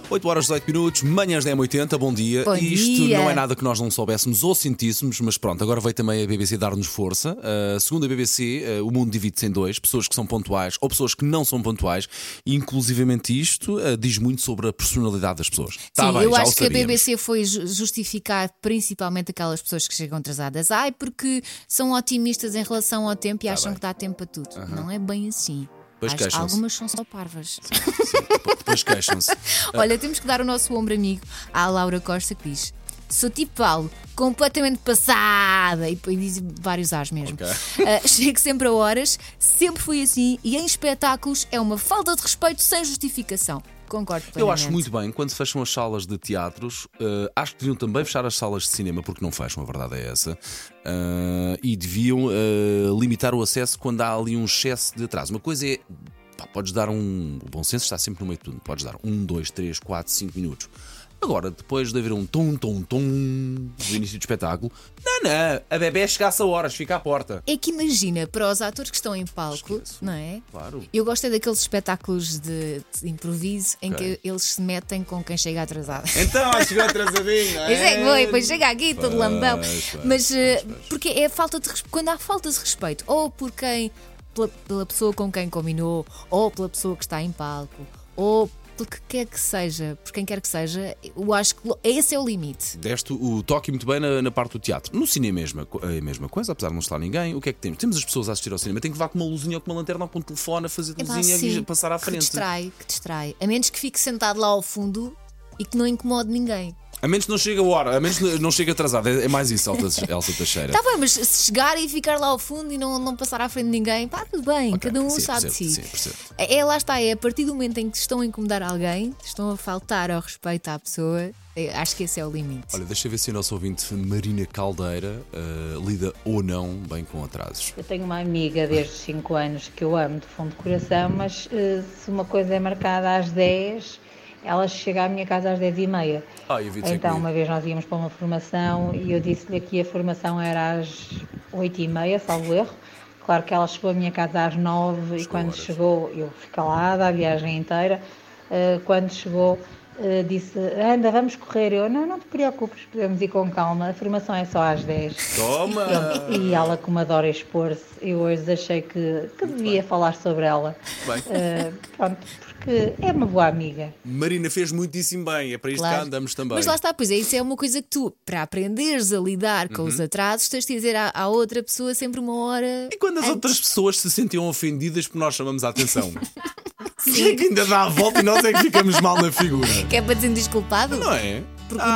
8 horas 18 minutos, manhãs da M80, bom dia. Bom Isto dia. não é nada que nós não soubéssemos ou sentíssemos, mas pronto, agora veio também a BBC dar-nos força. Segundo a BBC, o mundo divide-se em dois: pessoas que são pontuais ou pessoas que não são pontuais. E inclusivamente isto diz muito sobre a personalidade das pessoas. Tá Sim, bem, eu já acho o que a sabíamos. BBC foi justificar principalmente aquelas pessoas que chegam atrasadas. Ai, porque são otimistas em relação ao tempo e acham bem. que dá tempo para tudo. Não é bem assim. Depois Acho que queixam-se. algumas são só parvas. Sim, depois queixam-se. Olha, temos que dar o nosso ombro amigo à Laura Costa, que diz: sou tipo Paulo, completamente passada. E depois diz vários as mesmo. Ok. Chego sempre a horas, sempre fui assim. E em espetáculos é uma falta de respeito sem justificação. Concordo plenamente. Eu acho muito bem, quando se fecham as salas de teatros, acho que deviam também fechar as salas de cinema, porque não fecham, a verdade é essa. E deviam limitar o acesso quando há ali um excesso de atraso. Uma coisa é, podes dar um. O bom senso está sempre no meio de tudo. Podes dar 1, 2, 3, 4, 5 minutos. Agora, depois de haver um tom do início do espetáculo, não, a bebé chegasse a horas, fica à porta. É que imagina, para os atores que estão em palco, Esqueço. não é? Claro. Eu gosto é daqueles espetáculos de improviso em Ok. que eles se metem com quem chega atrasado. Então, chegou atrasadinho. Pois é, que bom, e depois chega aqui todo lambão. Pois. Mas porque é falta de quando há falta de respeito, ou por quem, pela pessoa com quem combinou, ou pela pessoa que está em palco, ou pelo que quer que seja, por quem quer que seja, eu acho que esse é o limite. Deste o toque muito bem na parte do teatro. No cinema é a mesma coisa, apesar de não estar ninguém. O que é que temos? Temos as pessoas a assistir ao cinema. Tem que levar com uma luzinha ou com uma lanterna ou com um telefone a fazer de Epá, luzinha sim, e passar à frente. Que distrai. A menos que fique sentado lá ao fundo e que não incomode ninguém. A menos que não chegue a hora, a menos que não chegue atrasado. É mais isso, Elsa Teixeira. Está bem, mas se chegar e ficar lá ao fundo e não passar à frente de ninguém, pá, tudo bem, Ok, cada um sim, sabe de percebo, si. sim, percebo. Lá está, é a partir do momento em que estão a incomodar alguém, estão a faltar ao respeito à pessoa, acho que esse é o limite. Olha, deixa eu ver se o nosso ouvinte Marina Caldeira lida ou não bem com atrasos. Eu tenho uma amiga desde os 5 anos que eu amo de fundo de coração, mas se uma coisa é marcada às 10, ela chega à minha casa às 10h30. Eu vi dizer Então, comigo. uma vez nós íamos para uma formação e eu disse-lhe que a formação era às 8h30, salvo erro. Claro que ela chegou à minha casa às 9 e quando horas. chegou, eu fui calada a viagem inteira. Quando chegou, disse: anda, vamos correr. Eu: não te preocupes, podemos ir com calma, a formação é só às 10. Toma! Pronto, e ela, como adora expor-se, eu hoje achei que devia falar sobre ela. Bem. Pronto, porque é uma boa amiga. Marina fez muitíssimo bem, é para isto Claro. cá andamos também. Mas lá está, pois é, isso é uma coisa que tu, para aprenderes a lidar com os atrasos, tens de dizer à outra pessoa sempre uma hora. E quando as antes. outras pessoas se sentiam ofendidas por nós chamamos a atenção? Quem é que ainda dá a volta e nós é que ficamos mal na figura? Que é para dizer desculpado? Não é?